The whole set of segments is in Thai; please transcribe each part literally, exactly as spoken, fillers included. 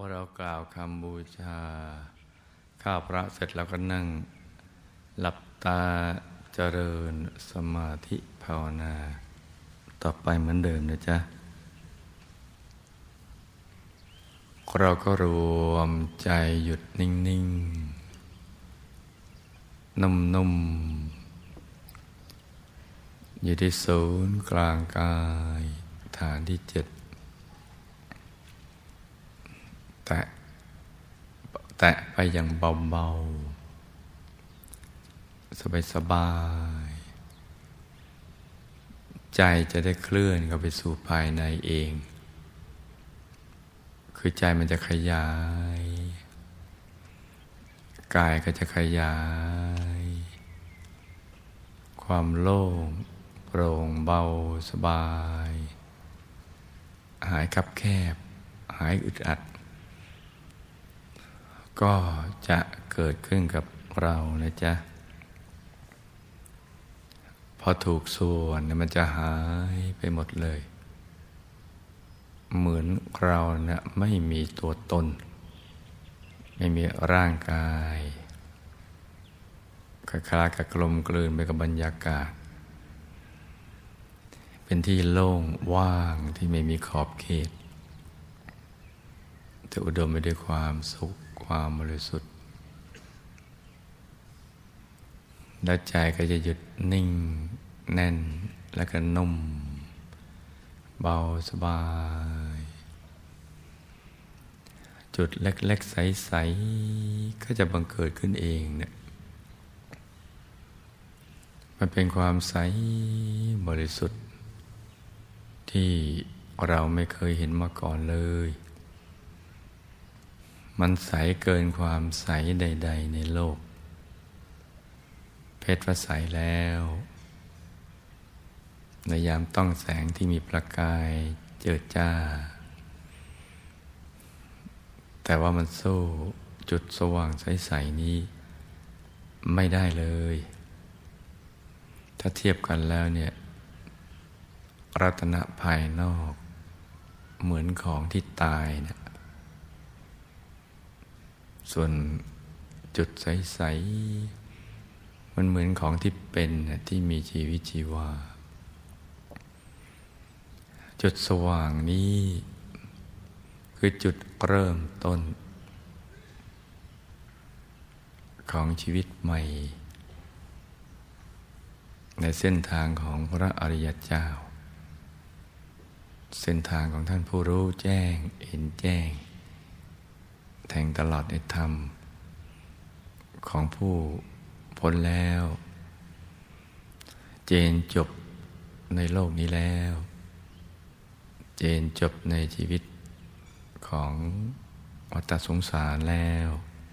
ว่าเรากล่าวคำบูชาข้าวพระเสร็จแล้วก็นั่งหลับตาเจริญสมาธิภาวนาต่อไปเหมือนเดิมนะจ๊ะเราก็รวมใจหยุดนิ่งๆนุ่มๆอยู่ที่ศูนย์กลางกายฐานที่เจ็ดแตะแตะไปอย่างเบาๆสบายๆใจจะได้เคลื่อนเข้าไปสู่ภายในเองคือใจมันจะขยายกายก็จะขยายความโล่งโปร่งเบาสบายหายคับแคบหายอึดอัดก็จะเกิดขึ้นกับเรานะจ๊ะพอถูกส่วนมันจะหายไปหมดเลยเหมือนเราเนี่ยไม่มีตัวตนไม่มีร่างกายคล้ายๆกับกลมกลืนไปกับบรรยากาศเป็นที่โล่งว่างที่ไม่มีขอบเขตแต่อุดมไปด้วยความสุขความบริสุทธิ์และใจก็จะหยุดนิ่งแน่นและก็นุ่มเบาสบายจุดเล็กๆใสๆก็จะบังเกิดขึ้นเองเนี่ยมันเป็นความใสบริสุทธิ์ที่เราไม่เคยเห็นมาก่อนเลยมันใสเกินความใสใดๆในโลกเพชรว่าใสแล้วในยามต้องแสงที่มีประกายเจิดจ้าแต่ว่ามันสู้จุดสว่างใสๆนี้ไม่ได้เลยถ้าเทียบกันแล้วเนี่ยรัตนะภายนอกเหมือนของที่ตายนะส่วนจุดใสๆมันเหมือนของที่เป็นที่มีชีวิตชีวาจุดสว่างนี้คือจุดเริ่มต้นของชีวิตใหม่ในเส้นทางของพระอริยเจ้าเส้นทางของท่านผู้รู้แจ้งเห็นแจ้งแทงตลอดในธรรมของผู้พ้นแล้วเจนจบในโลกนี้แล้วเจนจบในชีวิตของวัฏสงสารแล้ว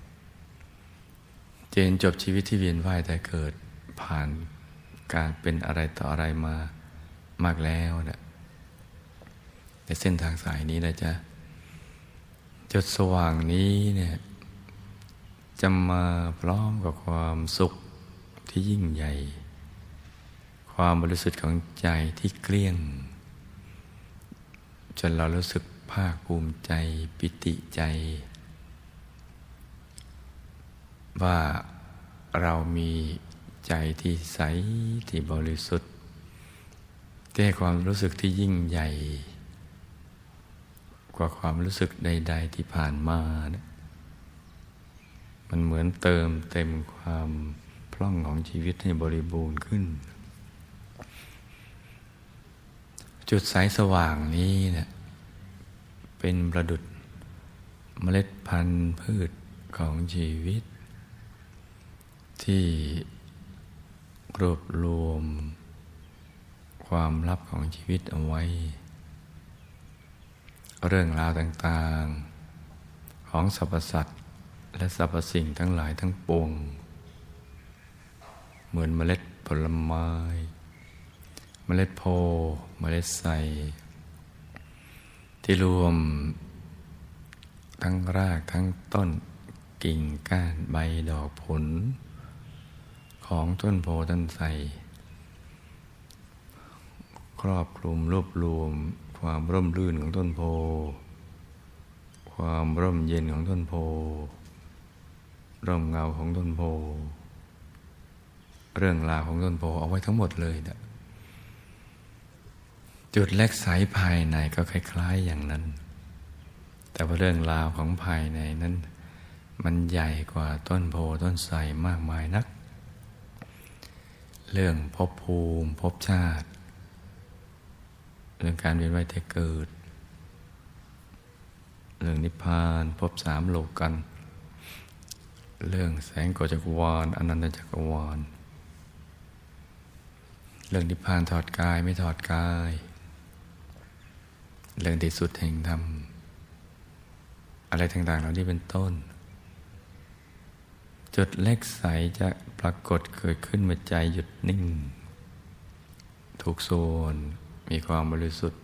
เจนจบชีวิตที่เวียนว่ายแต่เกิดผ่านการเป็นอะไรต่ออะไรมามากแล้วนะในเส้นทางสายนี้นะจ๊ะจุดสว่างนี้เนี่ยจะมาพร้อมกับความสุขที่ยิ่งใหญ่ความบริสุทธิ์ของใจที่เกลี้ยงจนเรารู้สึกภาคภูมิใจปิติใจว่าเรามีใจที่ใสที่บริสุทธิ์แต่ความรู้สึกที่ยิ่งใหญ่กว่าความรู้สึกใดๆที่ผ่านมานะมันเหมือนเติมเต็มความพร่องของชีวิตให้บริบูรณ์ขึ้นจุดใสสว่างนี้เนี่ยเป็นประดุจเมล็ดพันธุ์พืชของชีวิตที่รวบรวมความลับของชีวิตเอาไว้เรื่องราวต่างๆของสรรพสัตว์และสรรพสิ่งทั้งหลายทั้งปวงเหมือนเมล็ดผลไม้เมล็ดโพเมล็ดไทรที่รวมทั้งรากทั้งต้นกิ่งก้านใบดอกผลของต้นโพต้นไทรครอบคลุมรวบรวมความร่มรื่นของต้นโพความความร่มเย็นของต้นโพร่มเงาของต้นโพเรื่องราวของต้นโพเอาไว้ทั้งหมดเลยนะจุดเล็กใสภายในก็คล้ายๆอย่างนั้นแต่ว่าเรื่องราวของภายในนั้นมันใหญ่กว่าต้นโพต้นไทรมากมายนักเรื่องภพภูมิภพชาติเรื่องการเวียนว่ายตายเกิดเรื่องนิพพานภพสามโลกกันเรื่องแสงโกฏจักรวาลอนันตจักรวาลเรื่องนิพพานถอดกายไม่ถอดกายเรื่องที่สุดแห่งธรรมอะไรต่างๆเหล่านี้เป็นต้นจุดเล็กใสจะปรากฏเกิดขึ้นเมื่อใจหยุดนิ่งทุกส่วนมีความบริสุทธิ์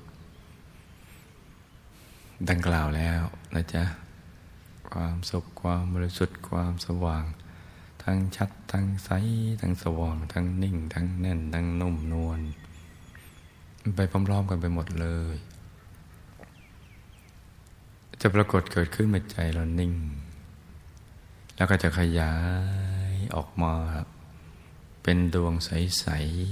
ดังกล่าวแล้วนะจ๊ะความสุขความบริสุทธิ์ความสว่างทั้งชัดทั้งใสทั้งสว่างทั้งนิ่งทั้งแน่นทั้งนุ่มนวลไปพร้อมๆกันไปหมดเลยจะปรากฏเกิดขึ้นเมื่อใจเรานิ่งแล้วก็จะขยายออกมาเป็นดวงใส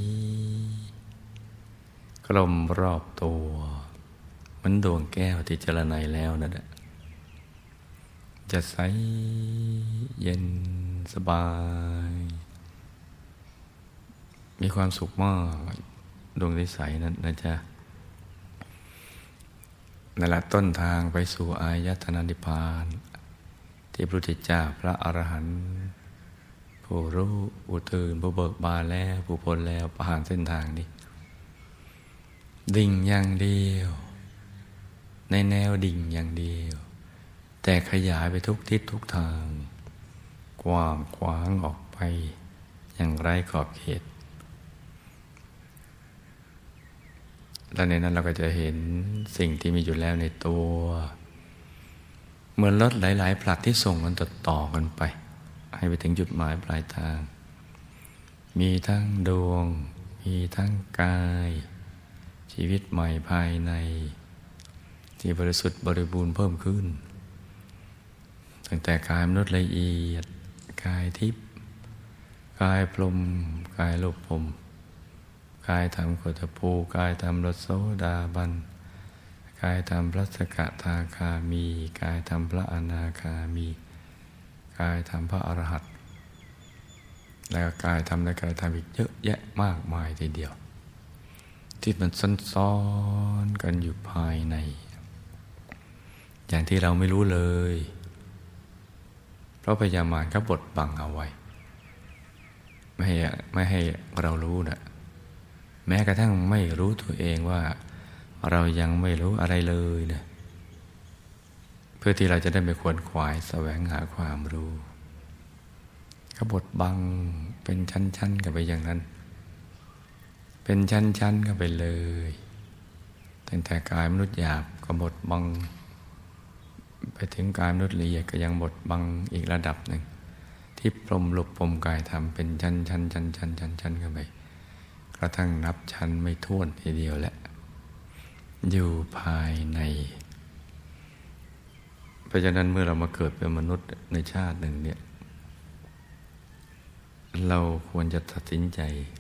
ๆกลมรอบตัวเหมือนดวงแก้วที่เจรไนแล้วนั่นแหละจะใสเย็นสบายมีความสุขมากดวงใสๆนั้นนะจ๊ะนั่นแหละต้นทางไปสู่อายตนะนิพพานที่พระพุทธเจ้าพระอรหันต์ผู้รู้ผู้ตื่นผู้เบิกบานแล้วผู้พ้นแล้วผ่านเส้นทางนี้ดิ่งอย่างเดียวในแนวดิ่งอย่างเดียวแต่ขยายไปทุกทิศทุกทางกว้างขวางออกไปอย่างไร้ขอบเขตและในนั้นเราก็จะเห็นสิ่งที่มีอยู่แล้วในตัวเหมือนรถหลายๆผลัดที่ส่งกันต่อๆกันไปให้ไปถึงจุดหมายปลายทางมีทั้งดวงมีทั้งกายชีวิตใหม่ภายในที่บริสุทธิ์บริบูรณ์เพิ่มขึ้นตั้งแต่กายมนุษย์ละเอียดกายทิพย์กายพรหมกายโลกพรหมกายธรรมโคตภูกายธรรมรสโสดาบันกายธรรมพระสกทาคามีกายธรรมพระอนาคามีกายธรรมพระอรหันต์แล้วกายธรรมและกายธรรมอีกเยอะแยะมากมายทีเดียวที่มันซ้อนๆกันอยู่ภายในอย่างที่เราไม่รู้เลยเพราะพยามารเขาบดบังเอาไว้ไม่ให้ไม่ให้เรารู้นะแม้กระทั่งไม่รู้ตัวเองว่าเรายังไม่รู้อะไรเลยนะเพื่อที่เราจะได้ไม่ขวนขวายแสวงหาความรู้เขาบดบังเป็นชั้นๆกันไปอย่างนั้นเป็นชั้นๆกันไปเลยตั้งแต่กายมนุษย์หยาบก็บดบังไปถึงกายมนุษย์ละเอียดก็ยังบดบังอีกระดับหนึ่งที่พรหมหลบพรหมกายทำเป็นชั้นๆชั้นๆชั้นๆชั้นๆกันไปกระทั่งนับชั้นไม่ถ้วนทีเดียวแหละอยู่ภายในเพราะฉะนั้นเมื่อเรามาเกิดเป็นมนุษย์ในชาติหนึ่งเนี่ยเราควรจะตัดสินใจ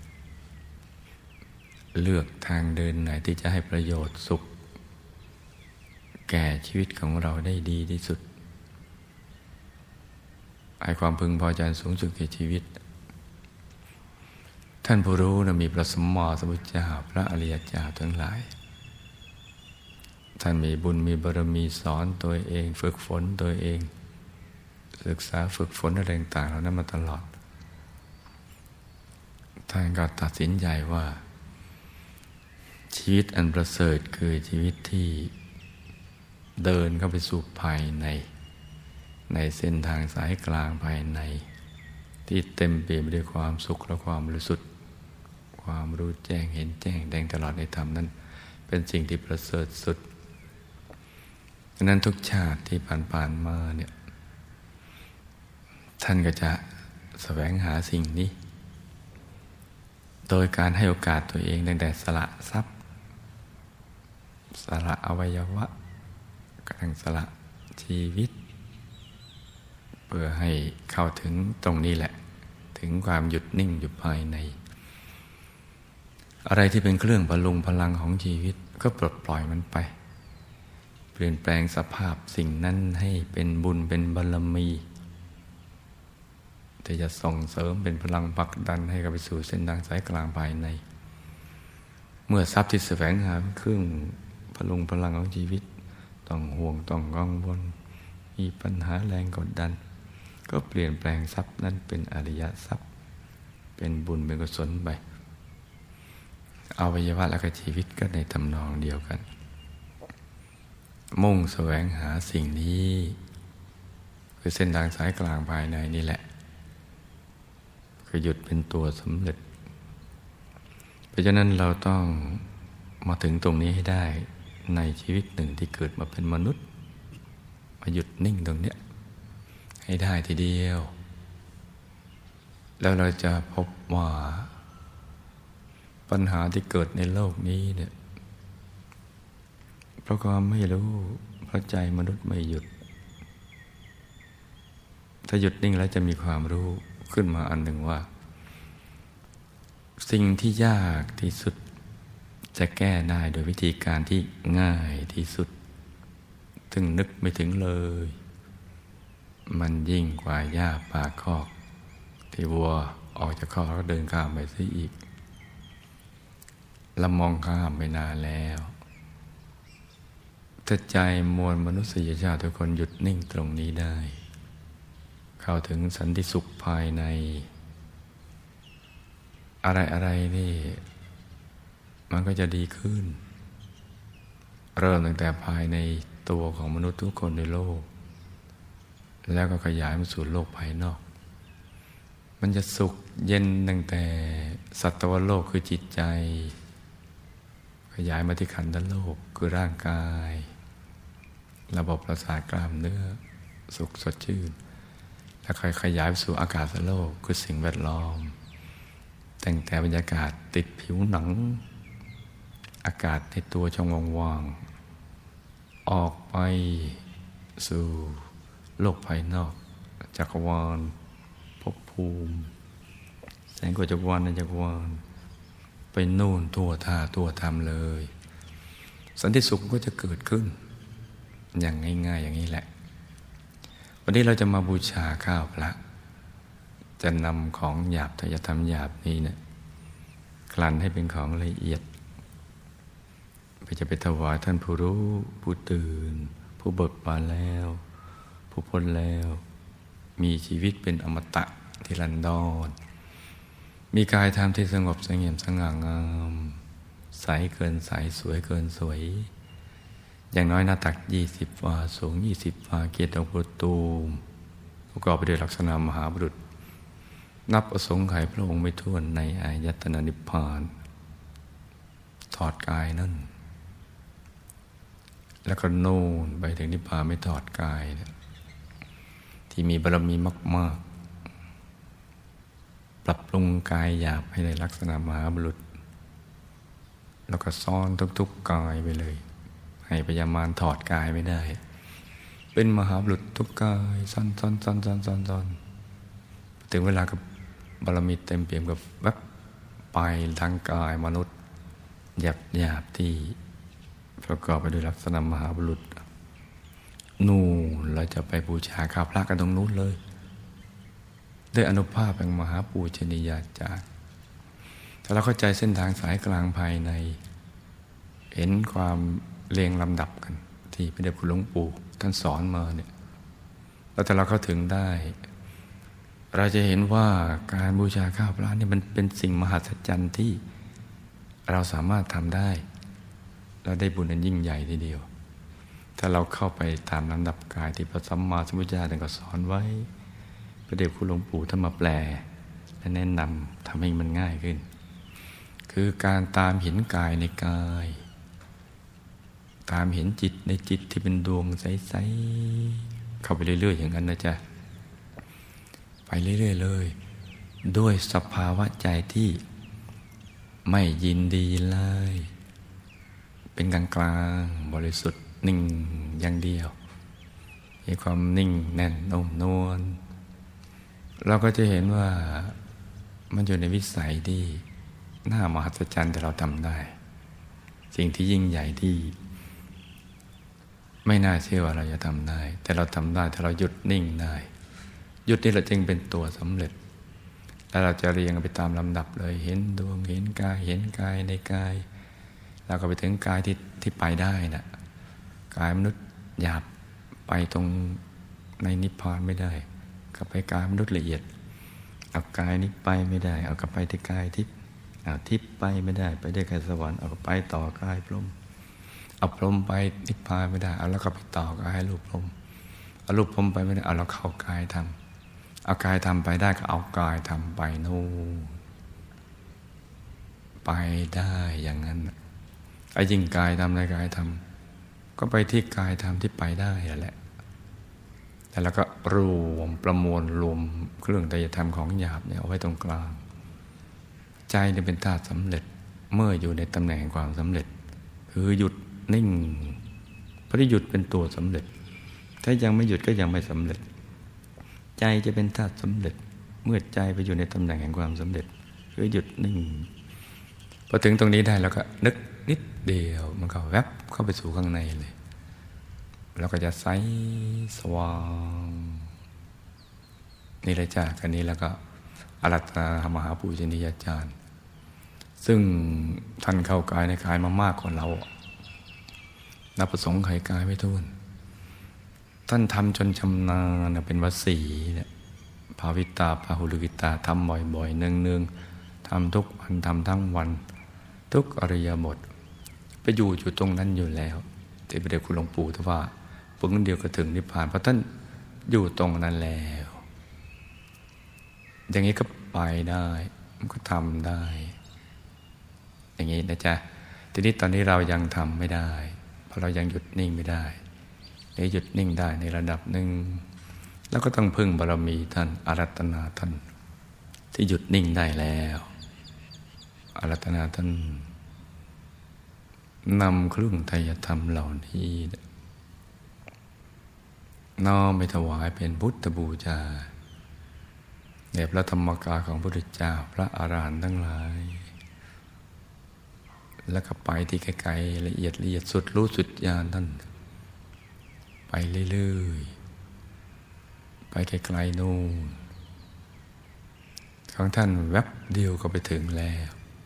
เลือกทางเดินไหนที่จะให้ประโยชน์สุขแก่ชีวิตของเราได้ดีที่สุดให้ความพึงพอใจสูงสุดแก่ชีวิตท่านผู้รู้นะมีพระสัมมาสัมพุทธเจ้าพระอริยเจ้าทั้งหลายท่านมีบุญมีบารมีสอนตัวเองฝึกฝนตัวเองศึกษาฝึกฝนอะไรต่างๆเหล่านั้นมาตลอดท่านก็ตัดสินใจว่าชีวิตอันประเสริฐคือชีวิตที่เดินเข้าไปสู่ภายในในเส้นทางสายกลางภายในที่เต็มเปี่ยมด้วยความสุขและความบริสุทธิ์ความรู้แจ้งเห็นแจ้งแดงตลอดในธรรมนั้นเป็นสิ่งที่ประเสริฐสุดดังนั้นทุกชาติที่ผ่านๆมาเนี่ยท่านก็จะแสวงหาสิ่งนี้โดยการให้โอกาสตัวเองตั้งแต่สละทรัพย์สละอวัยวะกระทั่งสละชีวิตเพื่อให้เข้าถึงตรงนี้แหละถึงความหยุดนิ่งอยู่ภายในอะไรที่เป็นเครื่องพลุงพลังของชีวิตก็ปลดปล่อยมันไปเปลี่ยนแปลงสภาพสิ่งนั้นให้เป็นบุญเป็นบารมีแต่จะส่งเสริมเป็นพลังผลักดันให้กับไปสู่เส้นทางสายกลางภายในเมื่อทรัพย์ที่แสวงหาเป็นเครื่องพลุงพลังของชีวิตต้องห่วงต้องกังวลมีปัญหาแรงกดดันก็เปลี่ยนแปลงทรัพย์นั้นเป็นอริยทรัพย์เป็นบุญเป็นกุศลไปอวัยวะและก็ชีวิตก็ในทำนองเดียวกันมุ่งแสวงหาสิ่งนี้คือเส้นทางสายกลางภายในนี่แหละคือหยุดเป็นตัวสำเร็จเพราะฉะนั้นเราต้องมาถึงตรงนี้ให้ได้ในชีวิตหนึ่งที่เกิดมาเป็นมนุษย์มาหยุดนิ่งตรงเนี้ยให้ได้ทีเดียวแล้วเราจะพบว่าปัญหาที่เกิดในโลกนี้เนี่ยเพราะความไม่รู้เพราะใจมนุษย์ไม่หยุดถ้าหยุดนิ่งแล้วจะมีความรู้ขึ้นมาอันหนึ่งว่าสิ่งที่ยากที่สุดจะแก้ได้โดยวิธีการที่ง่ายที่สุดถึงนึกไม่ถึงเลยมันยิ่งกว่าหญ้าป่าคอกที่วัวออกจากคอกแล้วก็เดินข้ามไปซะอีกเรามองข้ามไปนานแล้วถ้าใจมวลมนุษยชาติทุกคนหยุดนิ่งตรงนี้ได้เข้าถึงสันติสุขภายในอะไรอะไรนี่มันก็จะดีขึ้นเริ่มตั้งแต่ภายในตัวของมนุษย์ทุกคนในโลกแล้วก็ขยายมาสู่โลกภายนอกมันจะสุขเย็นตั้งแต่สัตวโลกคือจิตใจขยายมาที่ขันธโลกคือร่างกายระบบประสาทกล้ามเนื้อสุขสดชื่นแล้วค่อยขยายไปสู่อากาศโลกคือสิ่งแวดล้อมตั้งแต่บรรยากาศติดผิวหนังอากาศในตัวช่องว่างๆออกไปสู่โลกภายนอกจักรวาลภพภูมิแสงกว่าจักรวาลในจักรวาลไปนู่นทั่วท่าทั่วธรรมเลยสันติสุขก็จะเกิดขึ้นอย่างง่ายๆอย่างนี้แหละวันนี้เราจะมาบูชาข้าวพระจะนำของหยาบทายธรรมหยาบนี้เนี่ยกลั่นให้เป็นของละเอียดเพื่อจะไปถวายท่านผู้รู้ผู้ตื่นผู้เบิกบานแล้วผู้พ้นแล้วมีชีวิตเป็นอมตะที่รันดรมีกายธรรมที่สงบเสงี่ยมสง่างามใสเกินใสสวยเกินสวยอย่างน้อยหน้าตักยี่สิบวาสูงยี่สิบวาเกียรติองค์ปุตูมประกอบไปด้วยลักษณะมหาบุรุษนับอสงไขยพระองค์ไม่ถ้วนในอายตนะนิพพานถอดกายนั่นแล้วก็โน่นไปถึงนิพพานไม่ถอดกายที่มีบารมีมากๆปรับปรุงกายหยาบให้ได้ลักษณะมหาบุรุษแล้วก็ซ่อนทุกๆกายไปเลยให้พยามารถอดกายไม่ได้เป็นมหาบุรุษทุกกายซ่อนซ่อนซ่อนซ่อนซ่อนซ่อนถึงเวลากับบารมีเต็มเปี่ยมกับแวบไปทางกายมนุษย์หยาบหยาบที่ประกอบไปด้วยลักษณะมหาบุรุษนู่นเราจะไปบูชาข้าพระกันตรงนู้นเลยด้วยอนุภาพแห่งมหาปูชนียาจารย์ถ้าเราเข้าใจเส้นทางสายกลางภายในเห็นความเรียงลำดับกันที่พระเดชคุณหลวงปู่ท่านสอนมาเนี่ยแล้วถ้าเราเข้าถึงได้เราจะเห็นว่าการบูชาข้าวพระนี่มันเป็นสิ่งมหัศจรรย์ที่เราสามารถทำได้และได้บุญอันยิ่งใหญ่ทีเดียวถ้าเราเข้าไปตามลำดับกายที่พระสัมมาสัมพุทธเจ้าท่านก็สอนไว้พระเดชคุณหลวงปู่ท่านมาแปลและแนะนำทำให้มันง่ายขึ้นคือการตามเห็นกายในกายตามเห็นจิตในจิตที่เป็นดวงใสๆเข้าไปเรื่อยๆอย่างนั้นนะจ๊ะไปเรื่อยๆเลยด้วยสภาวะใจที่ไม่ยินดีเลยเป็นกลางกลางบริสุทธิ์นิ่งอย่างเดียวมีความนิ่งแน่นนุ่มนวลเราก็จะเห็นว่ามันอยู่ในวิสัยที่น่ามหัศจรรย์แต่เราทำได้สิ่งที่ยิ่งใหญ่ที่ไม่น่าเชื่อว่าเราจะทำได้แต่เราทำได้ถ้าเราหยุดนิ่งได้หยุดนี่เราจึงเป็นตัวสำเร็จแล้วเราจะเรียงไปตามลำดับเลยเห็นดวงเห็นกายเห็นกายในกายเราก็ไปถึงกายที่ที่ไปได้นะกายมนุษย์หยาบไปตรงในนิพพานไม่ได้กลับไปกายมนุษย์ละเอียดเอากายนี้ไปไม่ได้เอากลับไปที่กายทิพย์เอาทิพย์ไปไม่ได้ไปได้กายสวรรค์เอากลับไปต่อกายพรหมเอาพรหมไปนิพพานไม่ได้เอาแล้วก็ไปต่อกายรูปพรหมเอารูปพรหมไปไม่ได้เอาแล้วเข้ากายธรรมเอากายธรรมไปได้ก็เอากายธรรมไปโน่นไปได้อย่างนั้นไอ้ยิ่งกายธรรมในกายธรรมก็ไปที่กายธรรมที่ไปได้แหละแต่แล้วก็รวมประมวลรวมเครื่องไตรธรรมของหยาบเนี่ยเอาไว้ตรงกลางใจเนี่ยเป็นธาตุสำเร็จเมื่ออยู่ในตำแหน่งแห่งความสำเร็จคือหยุดนิ่งเพราะที่หยุดเป็นตัวสำเร็จถ้ายังไม่หยุดก็ยังไม่สำเร็จใจจะเป็นธาตุสำเร็จเมื่อใจไปอยู่ในตำแหน่งแห่งความสำเร็จคือหยุดนิ่งพอถึงตรงนี้ได้แล้วก็นึกนิดเดียวมันก็แวบเข้าไปสู่ข้างในเลยแล้วก็จะใสสว่างนี่เลยจ้ากันนี้แล้วก็อารัตนามหาปูชนียาจารย์ซึ่งท่านเข้ากายในกายมามากกว่าเรานับประสงค์ไขกายไม่ท้วนท่านทำจนชำนาญเป็นวสีเนี่ยภาวิตาปาหุลิกิตาทำบ่อยๆเนืองๆทำทุกวันทำทั้งวันทุกอริยบทไปอยู่อยู่ตรงนั้นอยู่แล้วที่พระเดชคุณหลวงปู่ท่านว่าปึ้งเดียวก็ถึงนิพพานเพราะท่านอยู่ตรงนั้นแล้วอย่างนี้ก็ไปได้มันก็ทำได้อย่างนี้นะจ๊ะทีนี้ตอนนี้เรายังทำไม่ได้เพราะเรายังหยุดนิ่งไม่ได้ในหยุดนิ่งได้ในระดับหนึ่งแล้วก็ต้องพึ่งบารมีท่านอารัตนาท่านที่หยุดนิ่งได้แล้วอารัตนาท่านนำเครื่องไตรธรรมเหล่านี้น้อมไปถวายเป็นพุทธบูชาแด่พระธรรมกายของพระพุทธเจ้าพระอรหันต์ทั้งหลายแล้วก็ไปที่ไกลๆละเอียดละเอียดสุดรู้สุดญาณท่านไปเรื่อยๆไปไกลๆนู่นของท่านแวบเดียวก็ไปถึงแล้ว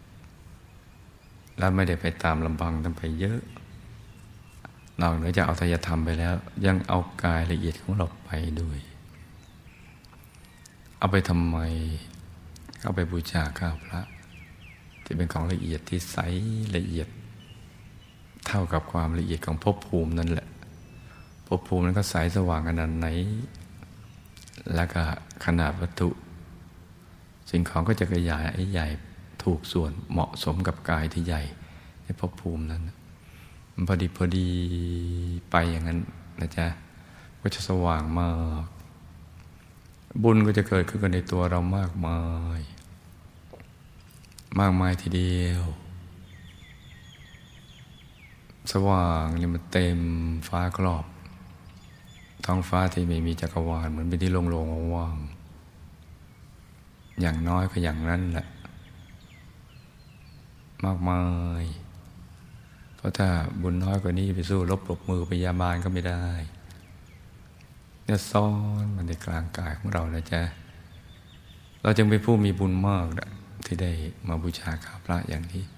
แล้วไม่ได้ไปตามลำพังท่านไปเยอะนอกเหนือจากเอาไตรธรรมไปแล้วยังเอากายละเอียดของเราไปด้วยเอาไปทำไมเอาไปบูชาข้าพระที่เป็นของละเอียดที่ใสละเอียดเท่ากับความละเอียดของภพภูมินั่นแหละภพภูมินั้นก็ใสสว่างขนาดไหนแล้วก็ขนาดวัตถุสิ่งของก็จะขยายใหญ่ถูกส่วนเหมาะสมกับกายที่ใหญ่ในภพภูมินั้นมันพอดีพอดีไปอย่างนั้นนะจ๊ะก็จะสว่างมากบุญก็จะเกิดขึ้นในตัวเรามากมายมากมายทีเดียวสว่างนี่มันเต็มฟ้าครอบท้องฟ้าที่ไม่มีจักรวาลเหมือนเป็นที่โล่งๆว่างๆอย่างน้อยก็อย่างนั้นแหละมากมายเพราะถ้าบุญน้อยกว่านี้ไปสู้รบปรบมือพยาบาลก็ไม่ได้เนี่ยซ่อนมันในกลางกายของเรานะจ๊ะเราจึงเป็นผู้มีบุญมากนะที่ได้มาบูชาข้าพระอย่างนี้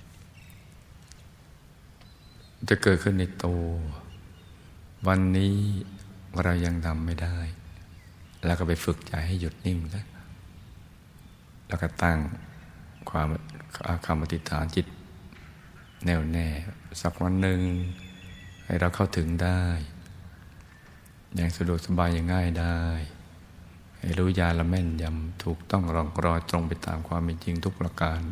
จะเกิดขึ้นในตัววันนี้เรายังทำไม่ได้แล้วก็ไปฝึกใจให้หยุดนิ่งนะแล้วก็ตั้งความคำอธิษฐานจิตแน่วแน่สักวันหนึ่งให้เราเข้าถึงได้อย่างสะดวกสบายอย่างง่ายได้ให้รู้ญาณละแม่นยำถูกต้องรองรอยตรงไปตามความเป็นจริงทุกประการ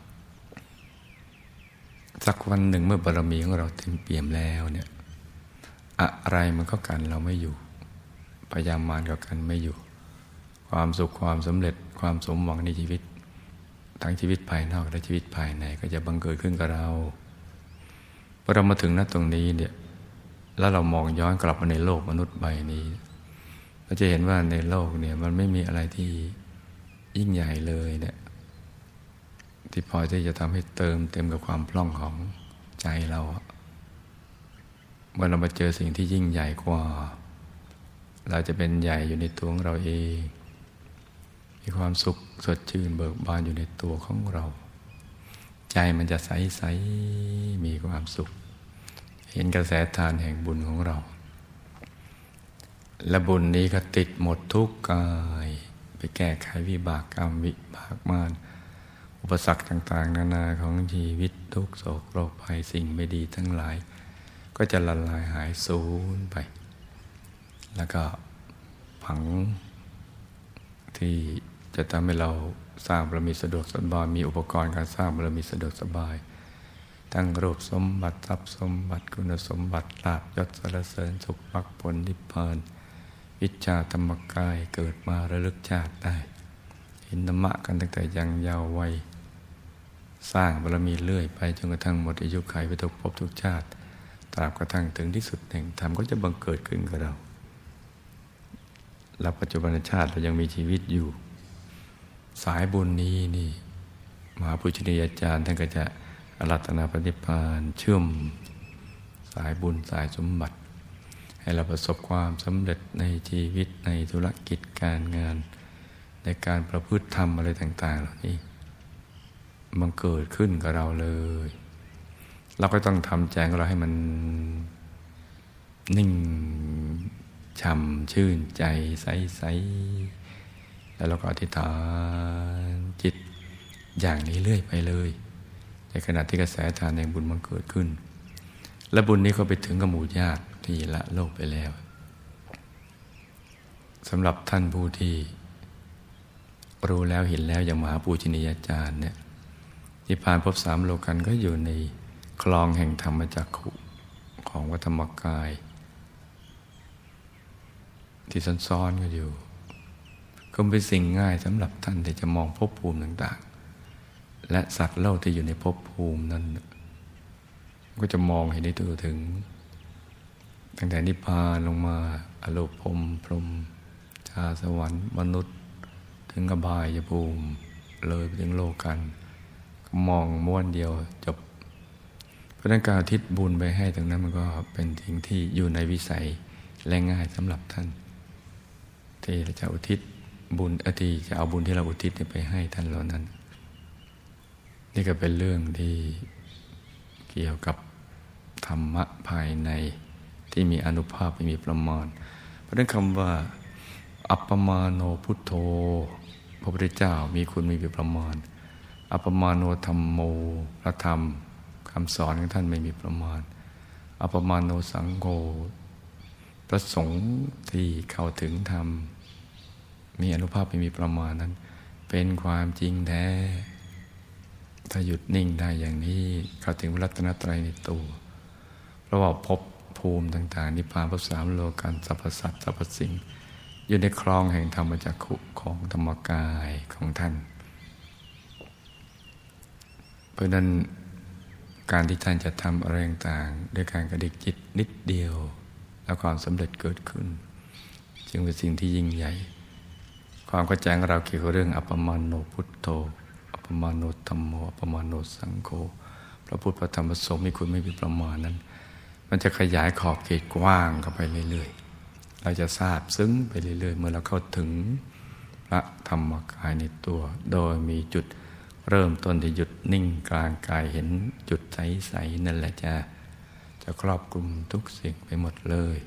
สักวันหนึ่งเมื่อบารมีของเราเต็มเปี่ยมแล้วเนี่ยอะไรมันก็กันเราไม่อยู่พยายามมารก็กันไม่อยู่ความสุขความสำเร็จความสมหวังในชีวิตทั้งชีวิตภายนอกและชีวิตภายในก็จะบังเกิดขึ้นกับเราพอเรามาถึงณตรงนี้เนี่ยแล้วเรามองย้อนกลับมาในโลกมนุษย์ใบนี้เราจะเห็นว่าในโลกเนี่ยมันไม่มีอะไรที่ยิ่งใหญ่เลยเนี่ยที่พอที่จะทำให้เติมเต็มกับความพล่องของใจเราเมื่อเรามาเจอสิ่งที่ยิ่งใหญ่กว่าเราจะเป็นใหญ่อยู่ในตัวของเราเองมีความสุขสดชื่นเบิกบานอยู่ในตัวของเราใจมันจะใสๆมีความสุขเห็นกระแสทานแห่งบุญของเราและบุญนี้ก็ติดหมดทุกกายไปแก้ไขวิบากกรรมวิบากมารอุปสรรคต่างๆนานาของชีวิตทุกโศกโรคภัยสิ่งไม่ดีทั้งหลายก็จะละลายหายสูญไปแล้วก็ผังที่จะทำให้เราสร้างบารมีสะดวกสบายมีอุปกรณ์การสร้างบารมีสะดวกสบายทั้งรูปสมบัติทรัพย์สมบัติคุณสมบัติลาภยศสรรเสริญสุขมรรคผลนิพพานวิชชาธรรมกายเกิดมาระลึกชาติได้เห็นธรรมะกันตั้งแต่ยังเยาว์วัยสร้างบารมีเรื่อยไปจนกระทั่งหมดอายุขัยไปทุกภพทุกชาติตราบกระทั่งถึงที่สุดแห่งธรรมก็จะบังเกิดขึ้นกับเราและปัจจุบันชาติเรายังมีชีวิตอยู่สายบุญนี้นี่มหาปุชนียาจารย์ท่านก็จะอารัตนาปฏิพานเชื่อมสายบุญสายสมบัติให้เราประสบความสำเร็จในชีวิตในธุรกิจการงานในการประพฤติธรรมอะไรต่างๆเหล่านี้มันเกิดขึ้นกับเราเลยเราก็ต้องทำใจของเราให้มันนิ่งช่ำชื่นใจใสๆแล้วเราก็อธิษฐานจิตอย่างนี้เรื่อยไปเลยในขณะที่กระแสทานแห่งบุญมันเกิดขึ้นและบุญนี้ก็ไปถึงกับหมู่ญาติที่ละโลกไปแล้วสำหรับท่านผู้ที่รู้แล้วเห็นแล้วอย่างมหาปูชนียาจารย์เนี่ยที่ผ่านภพสามโลกันก็อยู่ในคลองแห่งธรรมจักขุของวัดธรรมกายที่ซ้อนๆกันอยู่ก็เป็นสิ่งง่ายสำหรับท่านที่จะมองภพภูมิต่างๆและสัตว์โลกที่อยู่ในภพภูมินั้นก็จะมองเห็นได้ตัวถึงตั้งแต่นิพพานลงมาอรูปพรหมพรหมชาสวรรค์มนุษย์ถึงอบายภูมิเลยไปถึงโลกันมองม้วนเดียวจบเพราะนั้นการอุทิศบุญไปให้ตรงนั้นมันก็เป็นสิ่งที่อยู่ในวิสัยและง่ายสำหรับท่านที่เราจะอุทิศบุญอธิจะเอาบุญที่เราอุทิศไปให้ท่านเหล่านั้นนี่ก็เป็นเรื่องที่เกี่ยวกับธรรมะภายในที่มีอานุภาพไม่มีประมาณเพราะนั้นคำว่าอัปปมาโนพุทโธพระพุทธเจ้ามีคุณมีประมาณอัปปมาโนธัมโมพระธรรมคำสอนของท่านไม่มีประมาณอัปปมาโนสังโฆพระสงฆ์ที่เข้าถึงธรรมมีอานุภาพไม่มีประมาณนั้นเป็นความจริงแท้ถ้าหยุดนิ่งได้อย่างนี้เข้าถึงรัตนตรัยในตัวเพราะว่าภพภูมิต่างๆนิพพานภพสามโลกันสรรพสัตว์สรรพสิ่งอยู่ในคลองแห่งธรรมจักขุของธรรมกายของท่านเพราะนั้นการที่ท่านจะทำอะไรต่างๆด้วยการกระดิกจิตนิดเดียวแล้วความสำเร็จเกิดขึ้นจึงเป็นสิ่งที่ยิ่งใหญ่ความเข้าใจของเราเกี่ยวกับเรื่องอัปปมาโนพุทโธอัปปมาโนธัมโมอัปปมาโนสังโฆพระพุทธพระธรรมพระสงฆ์มีคุณไม่มีประมาณนั้นมันจะขยายขอบเขตกว้างเข้าไปเรื่อยๆเราจะทราบซึ้งไปเรื่อยๆเมื่อเราเข้าถึงพระธรรมกายในตัวโดยมีจุดเริ่มต้นที่หยุดนิ่งกลางกายเห็นจุดใสๆนั่นแหละจะจะครอบคลุมทุกสิ่งไปหมดเลย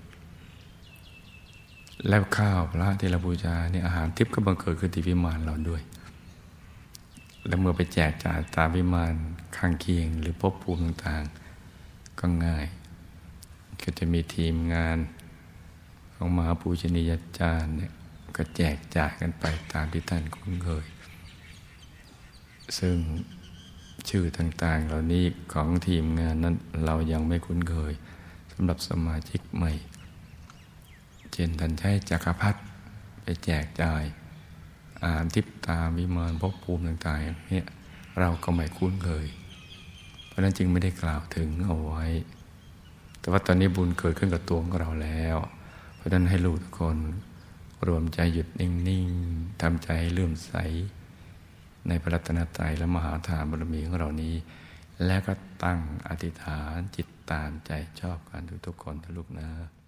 แล้วข้าวพระที่เราบูชาเนี่ยอาหารทิพย์ก็บังเกิดขึ้นที่วิมานเราด้วยแล้วเมื่อไปแจกจ่ายตามวิมานข้างเคียงหรือภพภูมิต่างๆก็ง่ายก็จะมีทีมงานของมหาปูชนียาจารย์เนี่ยก็แจกจ่ายกันไปตามที่ท่านคุ้นเคยซึ่งชื่อต่างๆเหล่านี้ของทีมงานนั้นเรายังไม่คุ้นเคยสำหรับสมาชิกใหม่เช่นท่านใช้จักรพรรดิไปแจกจ่ายอาหารทิพย์ตามวิมานภพภูมิต่างๆเนี่ยเราก็ไม่คุ้นเคยเพราะนั้นจึงไม่ได้กล่าวถึงเอาไว้แต่ว่าตอนนี้บุญเกิดขึ้นกับตัวของเราแล้วเพราะฉะนั้นให้ลูกทุกคนรวมใจหยุดนิ่งๆทำใจให้เลื่อมใสในพระรัตนตรัยและมหาทานบารมีของเรานี้แล้วก็ตั้งอธิษฐานจิตตามใจชอบกันทุกๆคนนะลูกนะ